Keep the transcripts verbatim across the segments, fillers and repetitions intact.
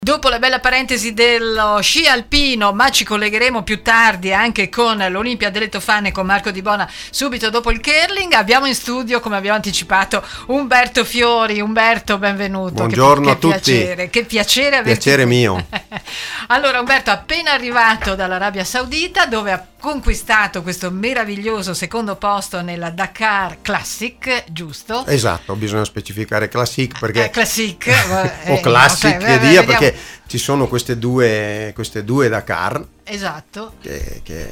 Dopo la bella parentesi dello sci alpino, ma ci collegheremo più tardi anche con l'Olimpia delle Tofane e con Marco Di Bona subito dopo il curling, abbiamo in studio, come abbiamo anticipato, Umberto Fiori. Umberto, benvenuto. Buongiorno che, a che tutti. Piacere, che piacere averti Piacere qui. mio. Allora Umberto, appena arrivato dall'Arabia Saudita, dove ha conquistato questo meraviglioso secondo posto nella Dakar Classic, giusto? Esatto, bisogna specificare Classic perché eh, Classic o eh, Classic no, che cioè, dia vediamo. Perché ci sono queste due queste due Dakar. Esatto. Che, che,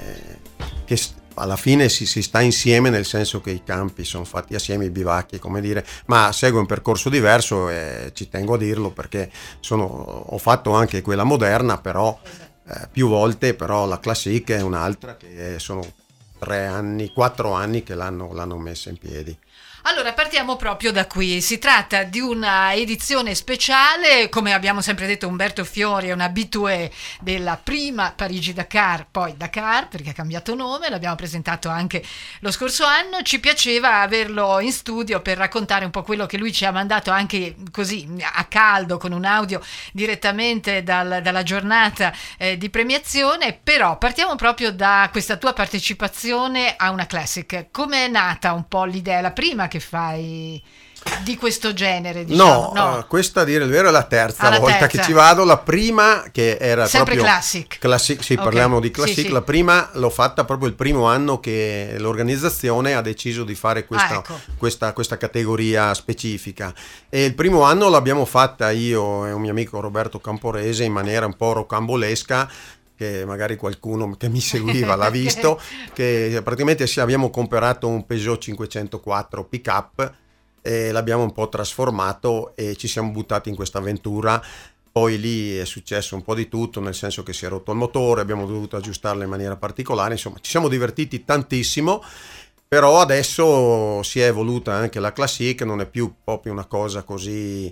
che alla fine si, si sta insieme, nel senso che i campi sono fatti assieme, i bivacchi, come dire, ma segue un percorso diverso e ci tengo a dirlo perché sono, ho fatto anche quella moderna, però eh, più volte, però la Classic è un'altra che sono tre anni, quattro anni che l'hanno, l'hanno messa in piedi. Allora partiamo proprio da qui, si tratta di una edizione speciale, come abbiamo sempre detto Umberto Fiori è un abitué della prima Parigi-Dakar, poi Dakar perché ha cambiato nome, l'abbiamo presentato anche lo scorso anno, ci piaceva averlo in studio per raccontare un po' quello che lui ci ha mandato anche così a caldo con un audio direttamente dal, dalla giornata eh, di premiazione, però partiamo proprio da questa tua partecipazione a una Classic, come è nata un po' l'idea, la prima che fai di questo genere, diciamo? No, no. Uh, questa a dire il vero è la terza ah, la volta terza. che ci vado. La prima che era sempre proprio Classic, classic sì, okay. Parliamo di Classic, sì, sì. La prima l'ho fatta proprio il primo anno che l'organizzazione ha deciso di fare questa, ah, ecco. questa, questa categoria specifica, e il primo anno l'abbiamo fatta io e un mio amico Roberto Camporese in maniera un po' rocambolesca, che magari qualcuno che mi seguiva l'ha visto, che praticamente abbiamo comprato un Peugeot cinquecentoquattro pick up e l'abbiamo un po' trasformato e ci siamo buttati in questa avventura. Poi lì è successo un po' di tutto, nel senso che si è rotto il motore, abbiamo dovuto aggiustarlo in maniera particolare, insomma ci siamo divertiti tantissimo, però adesso si è evoluta anche la Classic, non è più proprio una cosa così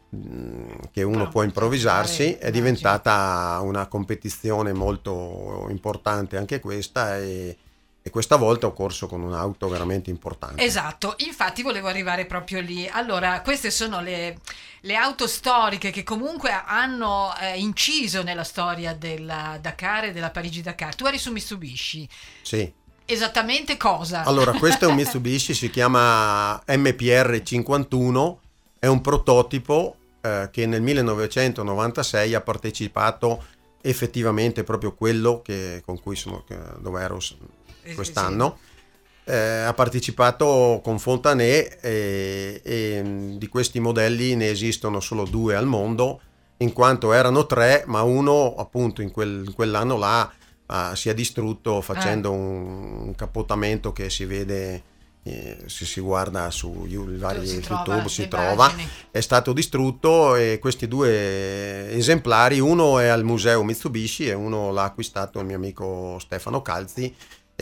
che uno no, può improvvisarsi, è diventata una competizione molto importante anche questa, e, e questa volta ho corso con un'auto veramente importante. Esatto, infatti volevo arrivare proprio lì. Allora, queste sono le, le auto storiche che comunque hanno eh, inciso nella storia della Dakar e della Parigi-Dakar. Tu eri su Mitsubishi. Sì. Esattamente cosa? Allora, questo è un Mitsubishi, si chiama M P R cinquantuno, è un prototipo eh, che nel millenovecentonovantasei ha partecipato effettivamente proprio quello che, con cui sono, dove ero quest'anno. Eh, ha partecipato con Fontanet e, e di questi modelli ne esistono solo due al mondo, in quanto erano tre, ma uno appunto in, quel, in quell'anno là uh, si è distrutto facendo eh. un, un capottamento che si vede, eh, se si guarda su vari si YouTube trova, si trova, è stato distrutto, e questi due esemplari, uno è al museo Mitsubishi e uno l'ha acquistato il mio amico Stefano Calzi.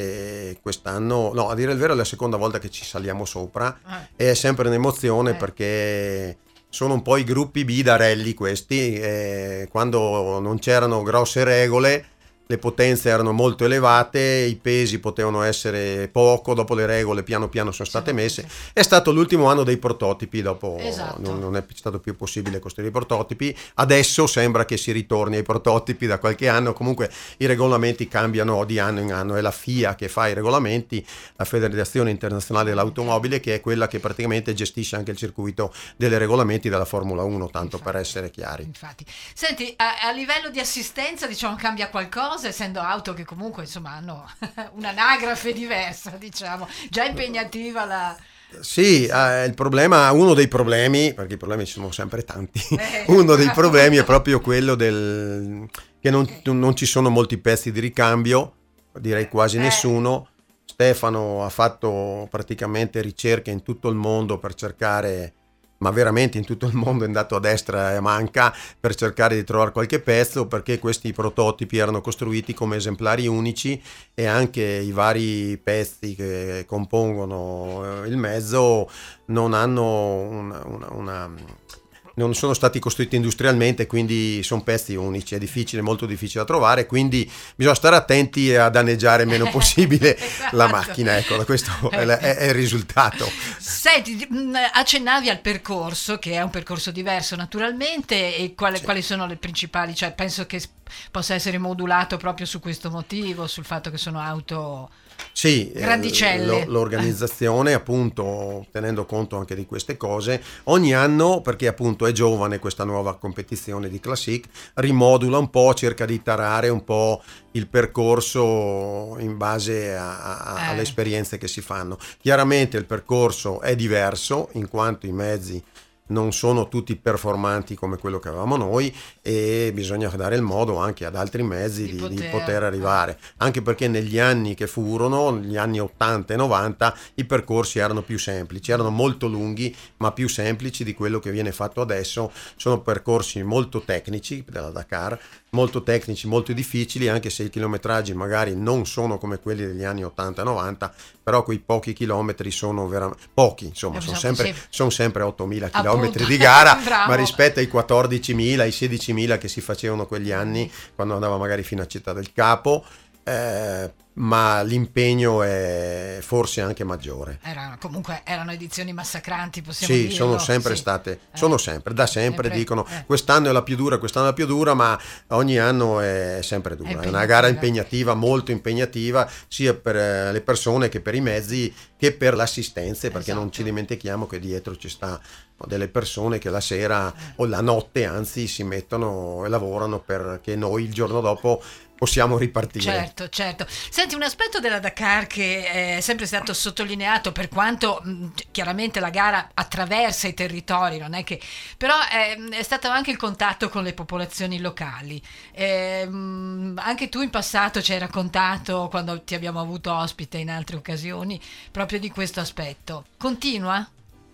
E quest'anno, no, a dire il vero è la seconda volta che ci saliamo sopra, eh. e è sempre un'emozione eh. perché sono un po' i gruppi B da rally questi, e quando non c'erano grosse regole le potenze erano molto elevate, i pesi potevano essere poco, dopo le regole piano piano sono state messe. È stato l'ultimo anno dei prototipi, dopo esatto. non, non è stato più possibile costruire i prototipi. Adesso sembra che si ritorni ai prototipi da qualche anno, comunque i regolamenti cambiano di anno in anno, è la F I A che fa i regolamenti, la Federazione Internazionale dell'Automobile, che è quella che praticamente gestisce anche il circuito dei regolamenti della Formula uno, tanto infatti, per essere chiari. Infatti. Senti, a, a livello di assistenza, diciamo, cambia qualcosa? Essendo auto che comunque insomma hanno un'anagrafe diversa, diciamo, già impegnativa la... Sì, eh, il problema, uno dei problemi, perché i problemi ci sono sempre tanti, eh, uno dei problemi è proprio quello del che non, non ci sono molti pezzi di ricambio, direi quasi eh. nessuno. Stefano ha fatto praticamente ricerche in tutto il mondo per cercare, ma veramente in tutto il mondo, è andato a destra e a manca per cercare di trovare qualche pezzo, perché questi prototipi erano costruiti come esemplari unici e anche i vari pezzi che compongono il mezzo non hanno una, una, una non sono stati costruiti industrialmente, quindi sono pezzi unici, è difficile, molto difficile da trovare, quindi bisogna stare attenti a danneggiare il meno possibile esatto. la macchina, ecco, questo è, è, è il risultato. Senti, accennavi al percorso, che è un percorso diverso naturalmente, e quali, sì. quali sono le principali, cioè penso che possa essere modulato proprio su questo motivo, sul fatto che sono auto... Sì, grandicelle. Eh, l'organizzazione appunto, tenendo conto anche di queste cose, ogni anno, perché appunto è giovane questa nuova competizione di Classic, rimodula un po', cerca di tarare un po' il percorso in base a, a, eh. alle esperienze che si fanno. Chiaramente il percorso è diverso, in quanto i mezzi non sono tutti performanti come quello che avevamo noi, e bisogna dare il modo anche ad altri mezzi di, di, poter, di poter arrivare, anche perché negli anni che furono, negli anni ottanta e novanta, i percorsi erano più semplici, erano molto lunghi ma più semplici di quello che viene fatto adesso. Sono percorsi molto tecnici della Dakar, molto tecnici, molto difficili, anche se i chilometraggi magari non sono come quelli degli anni ottanta e novanta, però quei pochi chilometri sono veramente pochi, insomma, sono sempre, sono sempre ottomila chilometri di gara, ma rispetto ai quattordicimila, ai sedicimila che si facevano quegli anni, quando andava magari fino a Città del Capo, eh, ma l'impegno è forse anche maggiore. Era, comunque erano edizioni massacranti, possiamo sì, dirlo. Sono sempre sì. state, sono eh. sempre, da sempre, sempre dicono eh. quest'anno è la più dura, quest'anno è la più dura, ma ogni anno è sempre dura. È, è una gara impegnativa, molto impegnativa, sia per le persone che per i mezzi, che per le assistenze, perché esatto. non ci dimentichiamo che dietro ci sta delle persone che la sera eh. o la notte anzi si mettono e lavorano perché noi il giorno dopo possiamo ripartire. Certo, certo. Senti, un aspetto della Dakar che è sempre stato sottolineato, per quanto mh, chiaramente la gara attraversa i territori, non è che, però è, è stato anche il contatto con le popolazioni locali. E, mh, anche tu in passato ci hai raccontato, quando ti abbiamo avuto ospite in altre occasioni, proprio di questo aspetto. Continua?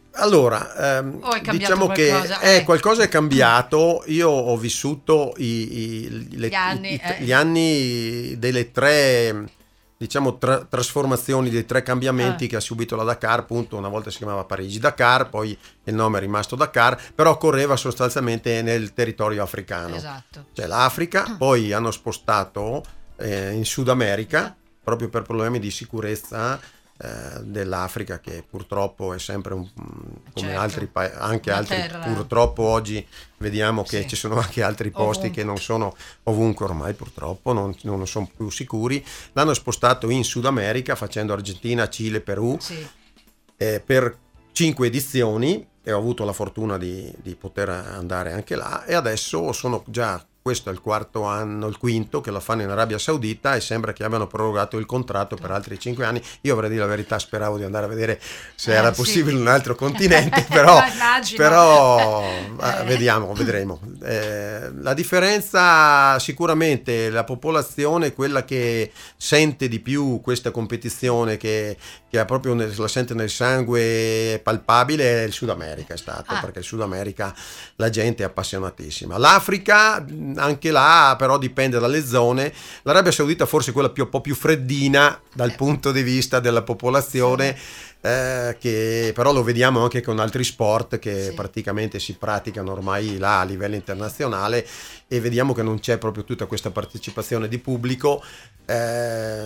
Allora, ehm, diciamo qualcosa? che Eh. è, qualcosa è cambiato. Io ho vissuto i, i, le, gli, anni, i, eh. gli anni delle tre, diciamo, tra, trasformazioni, dei tre cambiamenti ah. che ha subito la Dakar. Appunto, una volta si chiamava Parigi-Dakar, poi il nome è rimasto Dakar, però correva sostanzialmente nel territorio africano. Esatto. Cioè l'Africa, poi hanno spostato eh, in Sud America, proprio per problemi di sicurezza dell'Africa, che purtroppo è sempre un, come certo. altri pa- anche Una altri terra. Purtroppo oggi vediamo che sì. ci sono anche altri posti ovunque. che non sono ovunque ormai, purtroppo non, non sono più sicuri. L'hanno spostato in Sud America, facendo Argentina, Cile, Perù sì. eh, per cinque edizioni, e ho avuto la fortuna di, di poter andare anche là, e adesso sono già, questo è il quarto anno, il quinto che la fanno in Arabia Saudita, e sembra che abbiano prorogato il contratto per altri cinque anni. Io, avrei dire la verità, speravo di andare a vedere se eh, era possibile sì. un altro continente, però, però eh. vediamo, vedremo. Eh, la differenza, sicuramente la popolazione, quella che sente di più questa competizione, che, che ha proprio la sente nel sangue palpabile, è il Sud America, è stato, ah. perché il Sud America la gente è appassionatissima. L'Africa anche là però dipende dalle zone. L'Arabia Saudita forse è quella più, un po' più freddina dal eh. punto di vista della popolazione, sì. eh, che però lo vediamo anche con altri sport che sì. praticamente si praticano ormai là a livello internazionale, e vediamo che non c'è proprio tutta questa partecipazione di pubblico. Eh,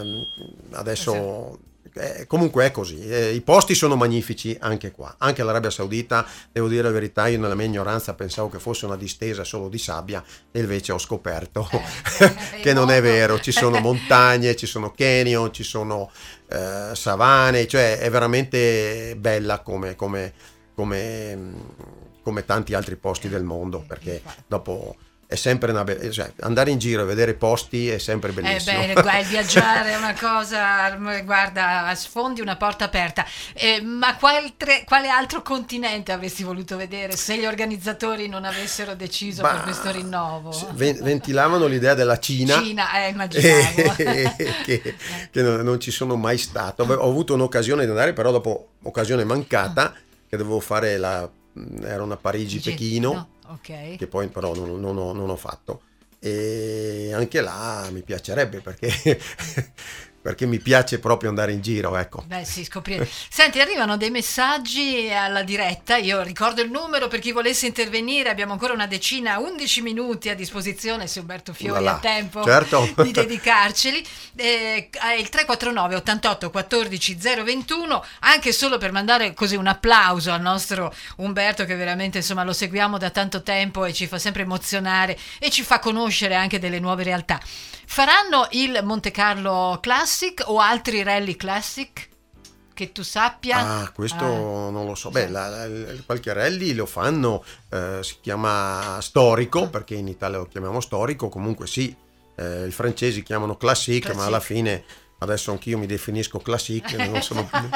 adesso sì. Eh, comunque è così, eh, i posti sono magnifici anche qua, anche l'Arabia Saudita. Devo dire la verità, io nella mia ignoranza pensavo che fosse una distesa solo di sabbia, e invece ho scoperto eh, che non è vero. Ci sono montagne, ci sono canyon, ci sono eh, savane, cioè è veramente bella come, come, come, come tanti altri posti del mondo, perché dopo è sempre una be- cioè, andare in giro e vedere posti è sempre bellissimo. Eh beh, viaggiare è una cosa, guarda, sfondi una porta aperta. Eh, ma quale, quale altro continente avresti voluto vedere se gli organizzatori non avessero deciso bah, per questo rinnovo? Ventilavano l'idea della Cina. Cina, eh, immaginavo. che, che non, non ci sono mai stato. Ho avuto un'occasione di andare, però dopo occasione mancata, che dovevo fare la era una Parigi-Pechino. No. Okay. Che poi però non, non, ho, non ho fatto, e anche là mi piacerebbe, perché perché mi piace proprio andare in giro, ecco. Beh sì, scoprire. Senti, arrivano dei messaggi alla diretta, io ricordo il numero per chi volesse intervenire, abbiamo ancora una decina, undici minuti a disposizione, se Umberto Fiori Là, ha tempo certo. di dedicarceli. Eh, è il tre quattro nove ottantotto quattordici zero ventuno, anche solo per mandare così un applauso al nostro Umberto, che veramente insomma lo seguiamo da tanto tempo e ci fa sempre emozionare e ci fa conoscere anche delle nuove realtà. Faranno il Monte Carlo Classic o altri rally classic che tu sappia? Ah, questo ah. non lo so. Beh, la, la, qualche rally lo fanno, eh, si chiama storico, perché in Italia lo chiamiamo storico, comunque sì, eh, i francesi chiamano classic, classic, ma alla fine adesso anch'io mi definisco classic, non sono più...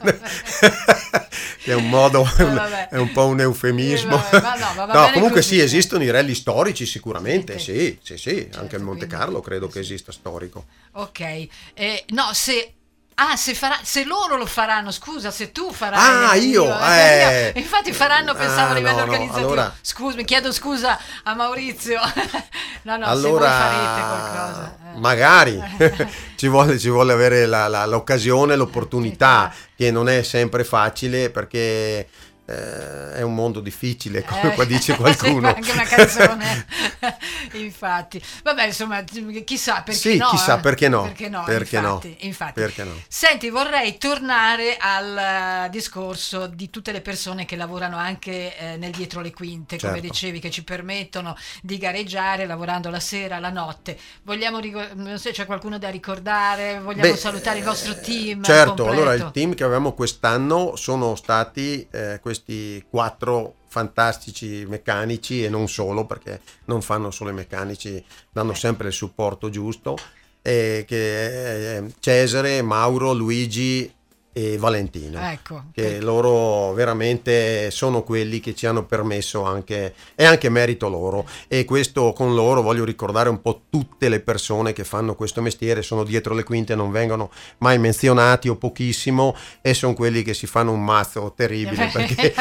che è un modo, eh, è un po' un eufemismo. Eh, vabbè, no, va no, comunque così. Sì, esistono i rally storici sicuramente, sì, sì, sì, certo, anche il Monte quindi, Carlo credo sì. che esista storico. Ok, eh, no, se... Ah, se, farà, se loro lo faranno, scusa, se tu farai. Ah, io? io eh. io, infatti faranno, pensavo ah, a livello no, organizzativo. No, allora... Scusa, mi chiedo scusa a Maurizio. no, no, allora, se voi farete qualcosa. Eh. Magari, ci, vuole, ci vuole avere la, la, l'occasione, l'opportunità, che non è sempre facile perché... Eh, è un mondo difficile, come eh, qua dice qualcuno. Anche una canzone. Infatti, vabbè, insomma, chissà perché sì, no. chissà eh? perché no. Perché no, perché infatti, no. infatti. Perché no. Senti, vorrei tornare al discorso di tutte le persone che lavorano anche eh, nel dietro le quinte, certo. come dicevi, che ci permettono di gareggiare lavorando la sera, la notte. Vogliamo ricor- non so se c'è qualcuno da ricordare, vogliamo Beh, salutare il vostro team. Certo, completo. allora il team che avevamo quest'anno sono stati eh, questi quattro fantastici meccanici, e non solo, perché non fanno solo i meccanici, danno sempre il supporto giusto, eh, che è Cesare, Mauro, Luigi e Valentino, ecco, che ecco. loro veramente sono quelli che ci hanno permesso, anche è anche merito loro, e questo con loro voglio ricordare un po' tutte le persone che fanno questo mestiere, sono dietro le quinte, non vengono mai menzionati o pochissimo, e sono quelli che si fanno un mazzo terribile perché,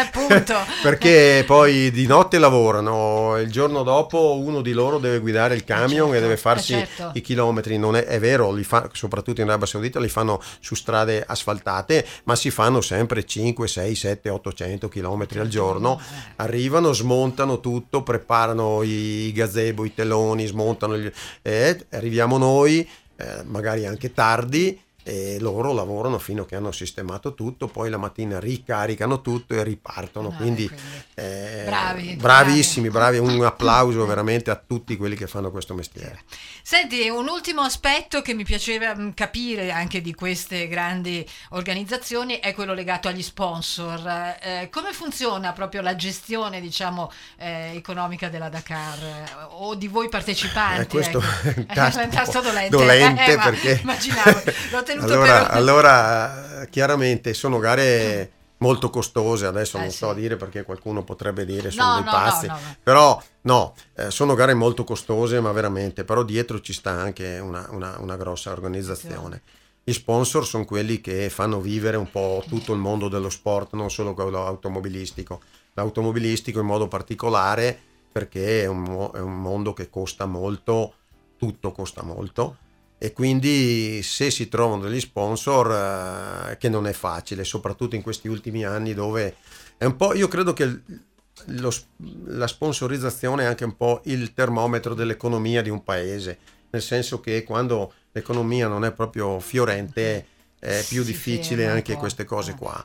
perché poi di notte lavorano, il giorno dopo uno di loro deve guidare il camion, certo, e deve farsi certo. i chilometri, non è, è vero, li fa, soprattutto in Arabia Saudita li fanno su strade asfaltate, ma si fanno sempre cinque, sei, sette, ottocento chilometri al giorno, arrivano, smontano tutto, preparano i gazebo, i teloni, smontano gli, eh, arriviamo noi eh, magari anche tardi, e loro lavorano fino a che hanno sistemato tutto, poi la mattina ricaricano tutto e ripartono, no, quindi, quindi eh, bravi, bravissimi, bravi, un applauso veramente a tutti quelli che fanno questo mestiere. Senti, un ultimo aspetto che mi piaceva capire anche di queste grandi organizzazioni è quello legato agli sponsor. Eh, come funziona proprio la gestione, diciamo, eh, economica della Dakar, eh, o di voi partecipanti? Eh, questo ecco. è un tasto, un tasto dolente, dolente eh, perché immaginavo, l'ho tenuto allora, per... allora chiaramente sono gare molto costose, adesso eh, non sì. sto a dire perché qualcuno potrebbe dire sono no, dei no, pazzi, no, no, no. però no, eh, sono gare molto costose, ma veramente, però dietro ci sta anche una, una, una grossa organizzazione. Gli sponsor sono quelli che fanno vivere un po' tutto il mondo dello sport, non solo quello automobilistico, l'automobilistico in modo particolare, perché è un, è un mondo che costa molto, tutto costa molto, e quindi se si trovano degli sponsor, eh, che non è facile, soprattutto in questi ultimi anni, dove è un po', io credo che lo, la sponsorizzazione è anche un po' il termometro dell'economia di un paese, nel senso che quando l'economia non è proprio fiorente è più difficile anche queste cose qua.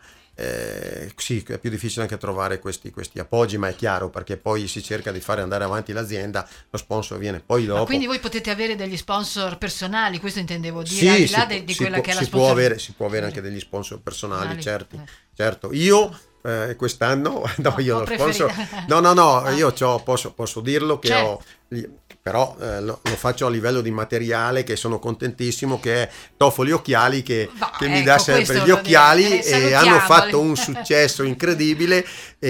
Eh, sì, è più difficile anche trovare questi, questi appoggi, ma è chiaro, perché poi si cerca di fare andare avanti l'azienda, lo sponsor viene poi dopo. Ma quindi voi potete avere degli sponsor personali, questo intendevo dire, sì, al di là si, di, di si quella può, che è la si può avere, si può avere anche degli sponsor personali, certo, eh. certo. Io eh, quest'anno no, no, io lo sponsor no no no ah. io c'ho, posso, posso dirlo che certo. ho però eh, lo, lo faccio a livello di materiale, che sono contentissimo, che è Toffoli Occhiali, che, no, che ecco, mi dà sempre gli occhiali, eh, e hanno fatto un successo incredibile,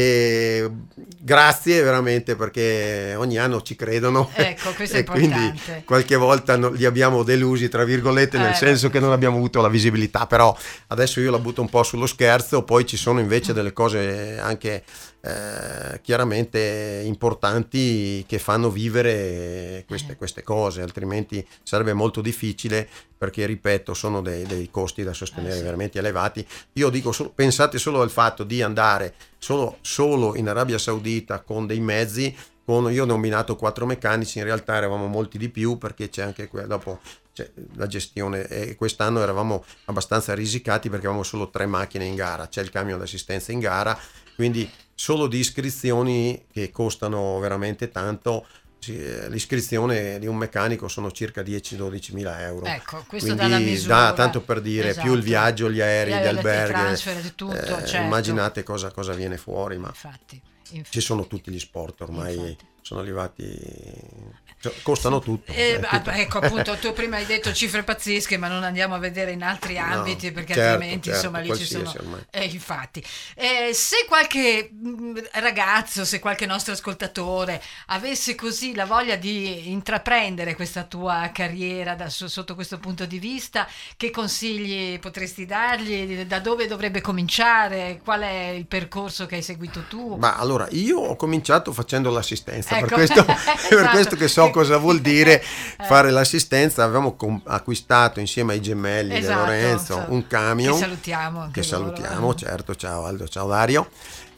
e grazie veramente, perché ogni anno ci credono, ecco, questo è e importante. Quindi qualche volta no, li abbiamo delusi tra virgolette, nel eh, senso che non abbiamo avuto la visibilità, però adesso io la butto un po' sullo scherzo, poi ci sono invece delle cose anche eh, chiaramente importanti che fanno vivere queste, queste cose, altrimenti sarebbe molto difficile, perché ripeto sono dei, dei costi da sostenere eh sì. veramente elevati. Io dico, so, pensate solo al fatto di andare solo, solo in Arabia Saudita con dei mezzi, con, io ne ho nominato quattro meccanici, in realtà eravamo molti di più, perché c'è anche que- dopo c'è la gestione, e quest'anno eravamo abbastanza risicati perché avevamo solo tre macchine in gara, c'è il camion d'assistenza in gara, quindi solo di iscrizioni che costano veramente tanto. L'iscrizione di un meccanico sono circa dieci dodici mila euro. Ecco, questo quindi dà la misura. Da, tanto per dire, esatto. Più il viaggio, gli aerei, gli, gli alberghi, transfer, di tutto, eh, certo. Immaginate cosa, cosa viene fuori, ma infatti, infatti. Ci sono tutti gli sport ormai, infatti. Sono arrivati, cioè, costano tutto, eh, tutto. Ecco, appunto, tu prima hai detto cifre pazzesche, ma non andiamo a vedere in altri ambiti, no, perché certo, altrimenti certo, insomma lì ci sono eh, infatti eh, se qualche ragazzo, se qualche nostro ascoltatore avesse così la voglia di intraprendere questa tua carriera da, sotto questo punto di vista, che consigli potresti dargli? Da dove dovrebbe cominciare? Qual è il percorso che hai seguito tu? Ma allora, io ho cominciato facendo l'assistenza, ecco. per, questo, esatto. per questo che so cosa vuol dire fare l'assistenza. Avevamo com- acquistato insieme ai gemelli esatto, di Lorenzo so, un camion che salutiamo, anche che loro. salutiamo certo, ciao Aldo, ciao Dario,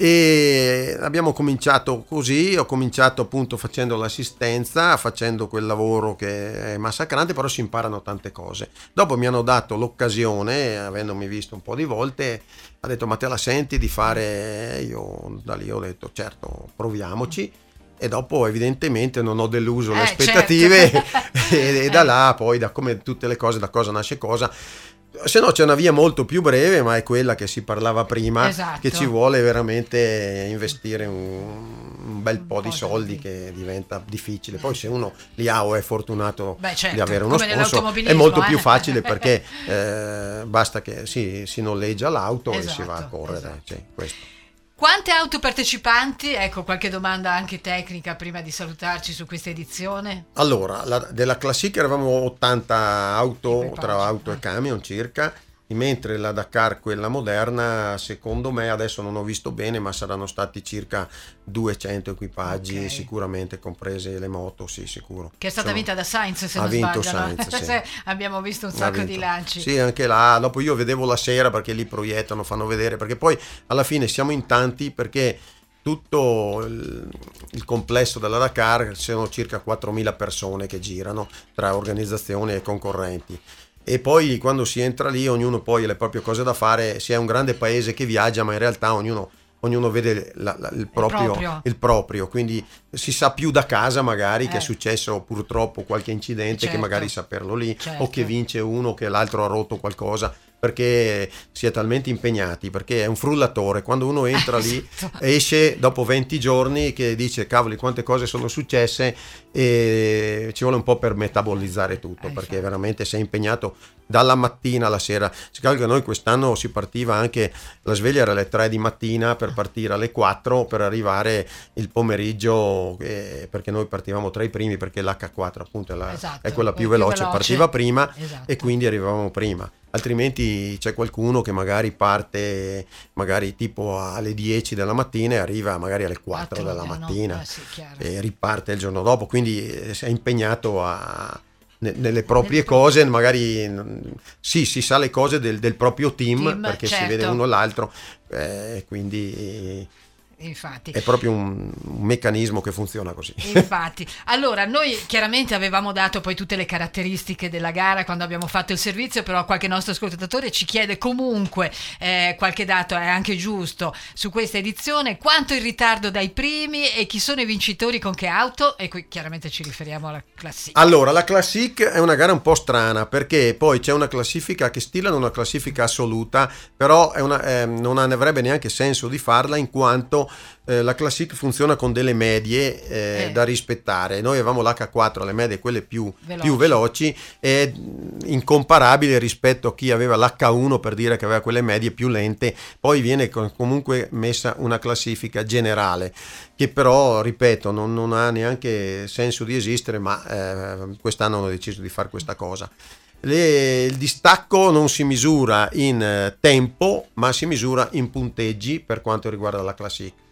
e abbiamo cominciato così. Ho cominciato appunto facendo l'assistenza, facendo quel lavoro che è massacrante, però si imparano tante cose. Dopo mi hanno dato l'occasione, avendomi visto un po' di volte, ha detto: ma te la senti di fare? Io da lì ho detto certo, proviamoci. E dopo evidentemente non ho deluso eh, le aspettative, certo. e, e da là poi, da come tutte le cose, da cosa nasce cosa. Se no c'è una via molto più breve, ma è quella che si parlava prima, esatto. che ci vuole veramente investire un, un bel po' di soldi, che diventa difficile. Poi se uno li ha o è fortunato Beh, certo, di avere uno come sponsor, è molto eh? più facile, perché eh, basta che si, si noleggia l'auto esatto, e si va a correre. Esatto. Cioè, questo. Quante auto partecipanti? Ecco, qualche domanda anche tecnica prima di salutarci su questa edizione. Allora, la, della Classic eravamo ottanta auto, tra auto e camion circa, mentre la Dakar, quella moderna, secondo me, adesso non ho visto bene, ma saranno stati circa duecento equipaggi, okay. Sicuramente, comprese le moto, sì, sicuro. Che è stata Sono... vinta da Sainz, se ha non vinto sbaglio, Sainz, no? sì. Abbiamo visto un sacco di lanci. Sì, anche là, dopo io vedevo la sera, perché lì proiettano, fanno vedere, perché poi alla fine siamo in tanti, perché tutto il, il complesso della Dakar sono circa quattromila persone che girano tra organizzazioni e concorrenti. E poi quando si entra lì, ognuno poi ha le proprie cose da fare. Si è un grande paese che viaggia, ma in realtà ognuno, ognuno vede la, la, il, proprio, il, proprio. il proprio, quindi si sa più da casa magari eh. che è successo purtroppo qualche incidente, certo. che magari saperlo lì, certo. o che vince uno, che l'altro ha rotto qualcosa, perché si è talmente impegnati, perché è un frullatore. Quando uno entra lì, esce dopo venti giorni che dice cavoli quante cose sono successe, e ci vuole un po' per metabolizzare tutto, eh, perché veramente si è impegnato dalla mattina alla sera. Si calcola che noi quest'anno si partiva anche, la sveglia era alle tre di mattina per partire alle quattro, per arrivare il pomeriggio, eh, perché noi partivamo tra i primi, perché l'H quattro appunto è, la, esatto, è quella più, più veloce, veloce, partiva prima, esatto. E quindi arrivavamo prima. Altrimenti c'è qualcuno che magari parte magari tipo alle dieci della mattina e arriva magari alle quattro della mattina, no? eh sì, e riparte il giorno dopo, quindi si è impegnato a, nelle proprie cose, magari sì, si sa le cose del, del proprio team, team perché certo. si vede uno o l'altro, eh, quindi infatti è proprio un, un meccanismo che funziona così. Infatti, allora noi chiaramente avevamo dato poi tutte le caratteristiche della gara quando abbiamo fatto il servizio, però qualche nostro ascoltatore ci chiede comunque eh, qualche dato, è anche giusto, su questa edizione: quanto in ritardo dai primi e chi sono i vincitori, con che auto, e qui chiaramente ci riferiamo alla Classic. Allora, la Classic è una gara un po' strana, perché poi c'è una classifica che stilano una classifica assoluta, però è una, eh, non avrebbe neanche senso di farla, in quanto Eh, la Classic funziona con delle medie eh, eh. da rispettare. Noi avevamo l'H quattro, le medie quelle più veloci, più veloci, e incomparabile rispetto a chi aveva l'H uno, per dire che aveva quelle medie più lente. Poi viene comunque messa una classifica generale, che però, ripeto, non, non ha neanche senso di esistere, ma eh, quest'anno hanno deciso di fare questa cosa. Le, il distacco non si misura in eh, tempo, ma si misura in punteggi per quanto riguarda la Classic.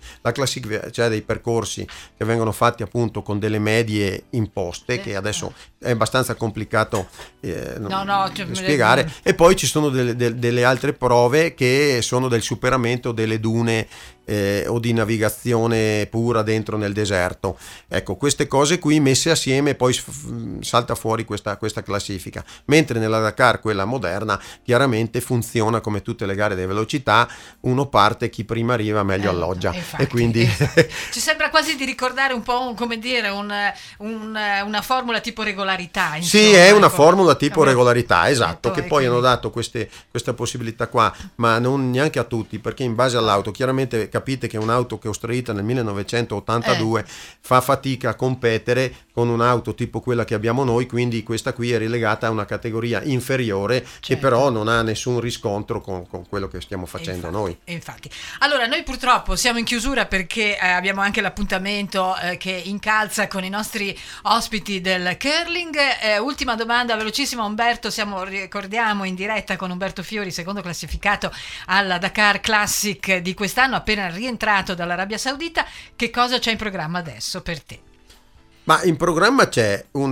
La classic, cioè dei percorsi che vengono fatti appunto con delle medie imposte, sì, che adesso è abbastanza complicato eh, no, no, cioè, spiegare, me... e poi ci sono delle, delle, delle altre prove che sono del superamento delle dune eh, o di navigazione pura dentro nel deserto. Ecco, queste cose qui messe assieme poi f- salta fuori questa, questa classifica, mentre nella Dakar, quella moderna, chiaramente funziona come tutte le gare di velocità, uno parte, chi prima arriva meglio eh, alloggia, infatti, e quindi infatti. Ci sembra quasi di ricordare un po' un, come dire un, un, una formula tipo regolarità, insomma. Sì, è una ecco. formula tipo regolarità, esatto, Certo, che poi quindi... hanno dato queste, questa possibilità qua, ma non neanche a tutti, perché in base all'auto, chiaramente capite che un'auto che ho costruita nel millenovecentottantadue eh. fa fatica a competere con un'auto tipo quella che abbiamo noi, quindi questa qui è relegata a una categoria inferiore, certo, che però non ha nessun riscontro con, con quello che stiamo facendo infatti, noi. Infatti. Allora, noi purtroppo siamo in chiusura perché eh, abbiamo anche l'appuntamento eh, che incalza con i nostri ospiti del curling. Eh, ultima domanda velocissima, Umberto, siamo, ricordiamo, in diretta con Umberto Fiori, secondo classificato alla Dakar Classic di quest'anno, appena rientrato dall'Arabia Saudita. Che cosa c'è in programma adesso per te? Ma in programma c'è un,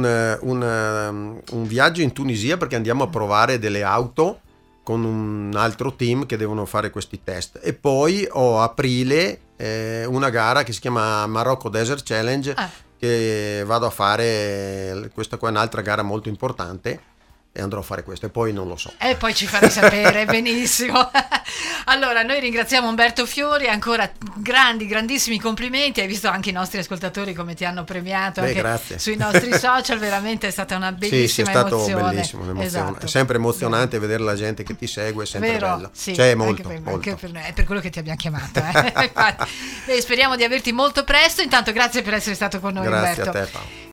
un, un viaggio in Tunisia, perché andiamo a provare delle auto con un altro team che devono fare questi test, e poi ho aprile eh, una gara che si chiama Marocco Desert Challenge, ah. che vado a fare. Questa qua è un'altra gara molto importante e andrò a fare questo, e poi non lo so. E poi ci farai sapere, benissimo. Allora, noi ringraziamo Umberto Fiori, ancora grandi, grandissimi complimenti, hai visto anche i nostri ascoltatori come ti hanno premiato. Beh, anche grazie. Sui nostri social, veramente è stata una bellissima sì, sì, è stato emozione. bellissimo, un'emozione. Esatto. È sempre emozionante vedere la gente che ti segue, è sempre Vero? bello. Sì, cioè, molto, anche per, molto. Anche per noi, è per quello che ti abbiamo chiamato. Eh? Infatti, speriamo di averti molto presto, intanto grazie per essere stato con noi, grazie Umberto. Grazie a te, Paolo.